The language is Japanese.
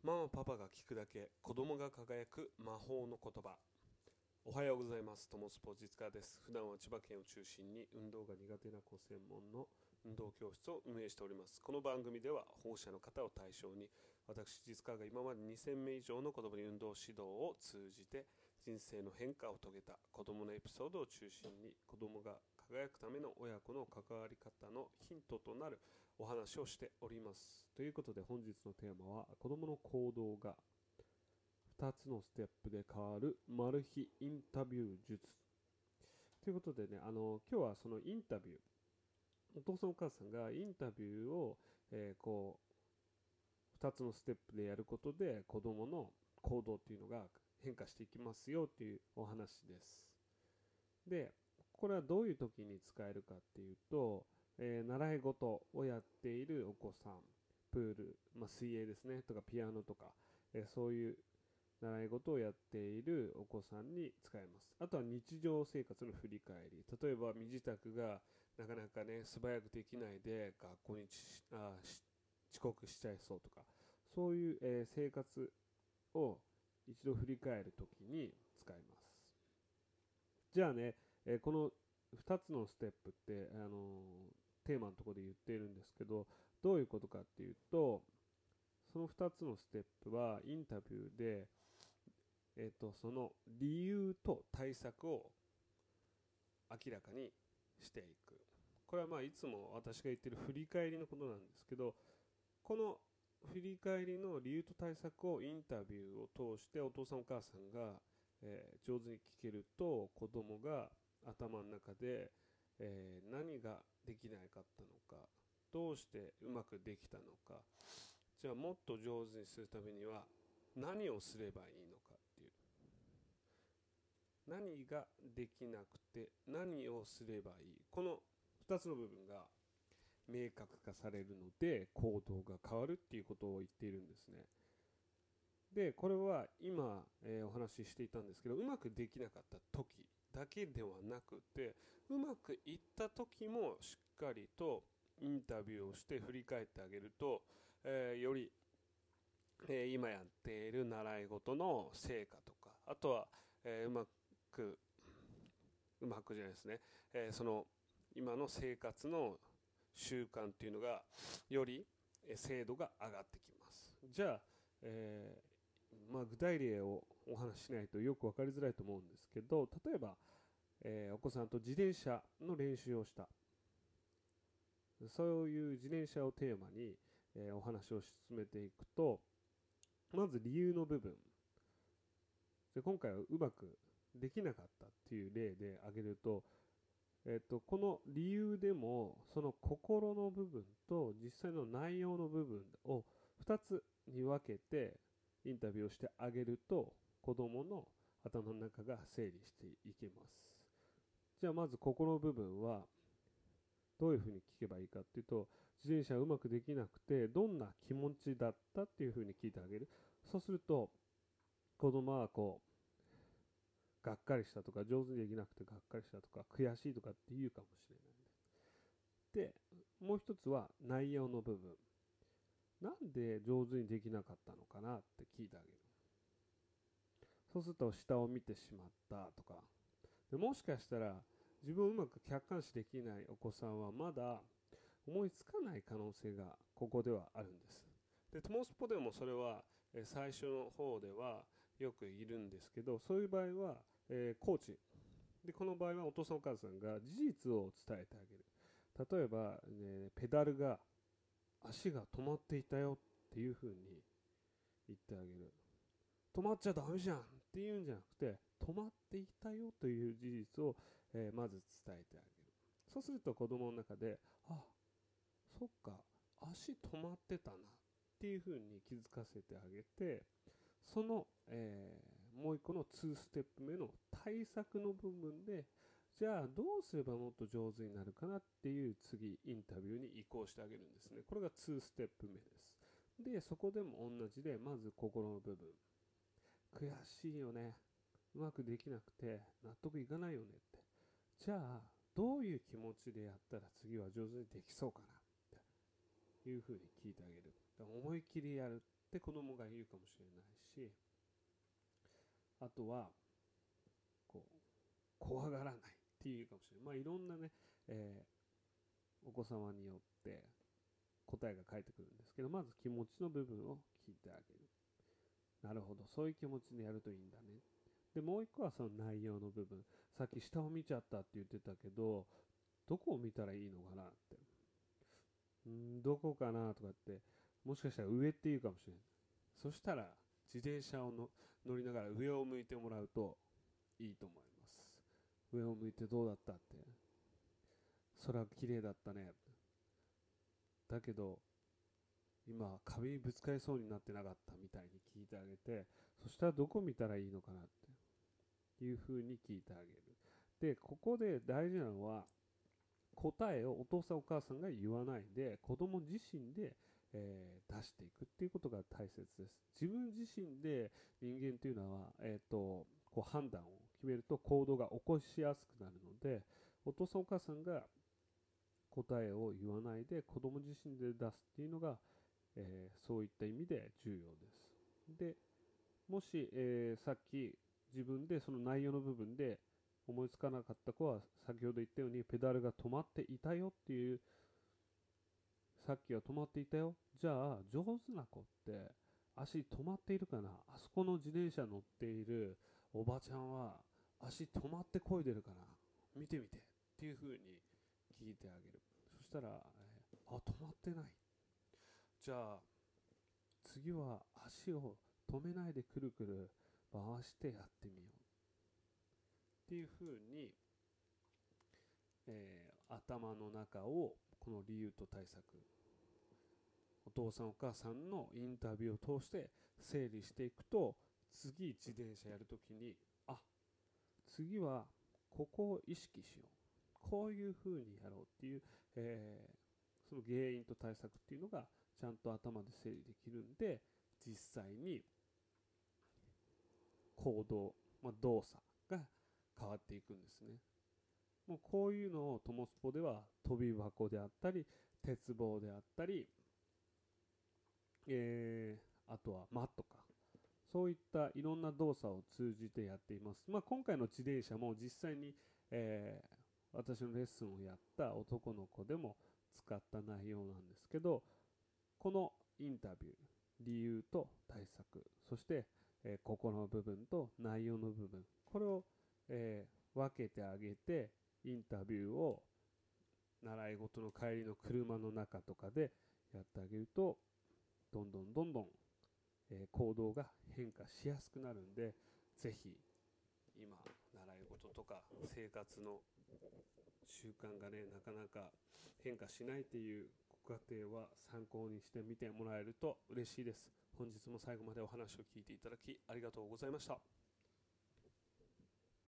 ママパパが聞くだけ子供が輝く魔法の言葉。おはようございます。トモスポジツカです。普段は千葉県を中心に運動が苦手な子専門の運動教室を運営しております。この番組では保護者の方を対象に私実家が今まで2000名以上の子供に運動指導を通じて人生の変化を遂げた子供のエピソードを中心に子供が輝くための親子の関わり方のヒントとなるお話をしております。ということで本日のテーマは子供の行動が2つのステップで変わるマル秘インタビュー術ということでね、今日はそのインタビュー、お父さんお母さんがインタビューを、2つのステップでやることで子供の行動っていうのが変化していきますよっていうお話です。で、これはどういう時に使えるかっていうと、習い事をやっているお子さん、プール、水泳ですねとかピアノとか、そういう習い事をやっているお子さんに使えます。あとは日常生活の振り返り。例えば身支度がなかなかね素早くできないで学校に遅刻しちゃいそうとか、そういう、生活を一度振り返るときに使います。じゃあね、この2つのステップって、テーマのところで言っているんですけど、どういうことかっていうと、その2つのステップはインタビューで、その理由と対策を明らかにしていく。これは、いつも私が言っている振り返りのことなんですけど、この振り返りの理由と対策をインタビューを通してお父さんお母さんが、上手に聞けると子供が頭の中で、何ができなかったのか、どうしてうまくできたのか、じゃあもっと上手にするためには何をすればいいのかっていう、何ができなくて何をすればいい、この2つの部分が明確化されるので行動が変わるっていうことを言っているんですね。でこれは今、お話ししていたんですけど、うまくできなかった時だけではなくて、うまくいった時もしっかりとインタビューをして振り返ってあげると、より今やっている習い事の成果とか、あとは、くうまくじゃないですね、その今の生活の習慣っていうのがより精度が上がってきます。じゃあ、具体例をお話ししないとよく分かりづらいと思うんですけど、例えば、お子さんと自転車の練習をした、そういう自転車をテーマに、お話を進めていくと、まず理由の部分で、今回はうまくできなかったっていう例で挙げると、この理由でもその心の部分と実際の内容の部分を2つに分けてインタビューをしてあげると子供の頭の中が整理していけます。じゃあまず心の部分はどういうふうに聞けばいいかっていうと、自転車がうまくできなくてどんな気持ちだったっていうふうに聞いてあげる。そうすると子供はがっかりしたとか、上手にできなくてがっかりしたとか、悔しいとかって言うかもしれない。で、もう一つは内容の部分。なんで上手にできなかったのかなって聞いてあげる。そうすると下を見てしまったとか。でもしかしたら自分をうまく客観視できないお子さんはまだ思いつかない可能性がここではあるんです。で、トモスポでもそれは最初の方ではよくいるんですけど、そういう場合は、コーチで、この場合はお父さんお母さんが事実を伝えてあげる。例えば、ペダルが足が止まっていたよっていう風に言ってあげる。止まっちゃダメじゃんっていうんじゃなくて、止まっていたよという事実を、まず伝えてあげる。そうすると子供の中で、あ、そっか、足止まってたなっていう風に気づかせてあげて、その、もう一個の2ステップ目の対策の部分で、じゃあどうすればもっと上手になるかなっていう次インタビューに移行してあげるんですね。これが2ステップ目です。で、そこでも同じで、まず心の部分。悔しいよね。うまくできなくて納得いかないよねって。じゃあ、どういう気持ちでやったら次は上手にできそうかなっていうふうに聞いてあげる。思い切りやる。 って子供が言うかもしれないし、あとはこう怖がらないっていうかもしれない。いろんなね、お子様によって答えが返ってくるんですけど、まず気持ちの部分を聞いてあげる。なるほど、そういう気持ちでやるといいんだね。で、もう一個はその内容の部分。さっき下を見ちゃったって言ってたけど、どこを見たらいいのかなって。どこかなとかって、もしかしたら上っていうかもしれない。そしたら、自転車を乗りながら上を向いてもらうといいと思います。上を向いてどうだったって。空綺麗だったね。だけど、今壁にぶつかりそうになってなかったみたいに聞いてあげて、そしたらどこ見たらいいのかなっていう風に聞いてあげる。で、ここで大事なのは、答えをお父さんお母さんが言わないで、子供自身で、出していくっていうことが大切です。自分自身で人間っていうのは、こう判断を決めると行動が起こしやすくなるので、お父さんお母さんが答えを言わないで子供自身で出すっていうのが、そういった意味で重要です。で、もし、さっき自分でその内容の部分で思いつかなかった子は、先ほど言ったようにペダルが止まっていたよっていう、さっきは止まっていたよ。じゃあ、上手な子って足止まっているかな、あそこの自転車乗っているおばちゃんは足止まって漕いでるかな、見てみてっていう風に聞いてあげる。そしたら、あ、止まってない。じゃあ、次は足を止めないでくるくる回してやってみようっていう風に、頭の中をこの理由と対策、お父さんお母さんのインタビューを通して整理していくと、次自転車やるときに、あ、次はここを意識しよう、こういう風にやろうっていう、その原因と対策っていうのがちゃんと頭で整理できるんで、実際に行動、動作が変わっていくんですね。もうこういうのをトモスポでは飛び箱であったり、鉄棒であったり、あとはマットか、そういったいろんな動作を通じてやっています。今回の自転車も実際に、私のレッスンをやった男の子でも使った内容なんですけど、このインタビュー、理由と対策、そして、心の部分と内容の部分、これを、分けてあげて、インタビューを習い事の帰りの車の中とかでやってあげると、どんどんどんどん、行動が変化しやすくなるんで、ぜひ今習い事とか生活の習慣がね、なかなか変化しないというご家庭は参考にしてみてもらえると嬉しいです。本日も最後までお話を聞いていただきありがとうございました。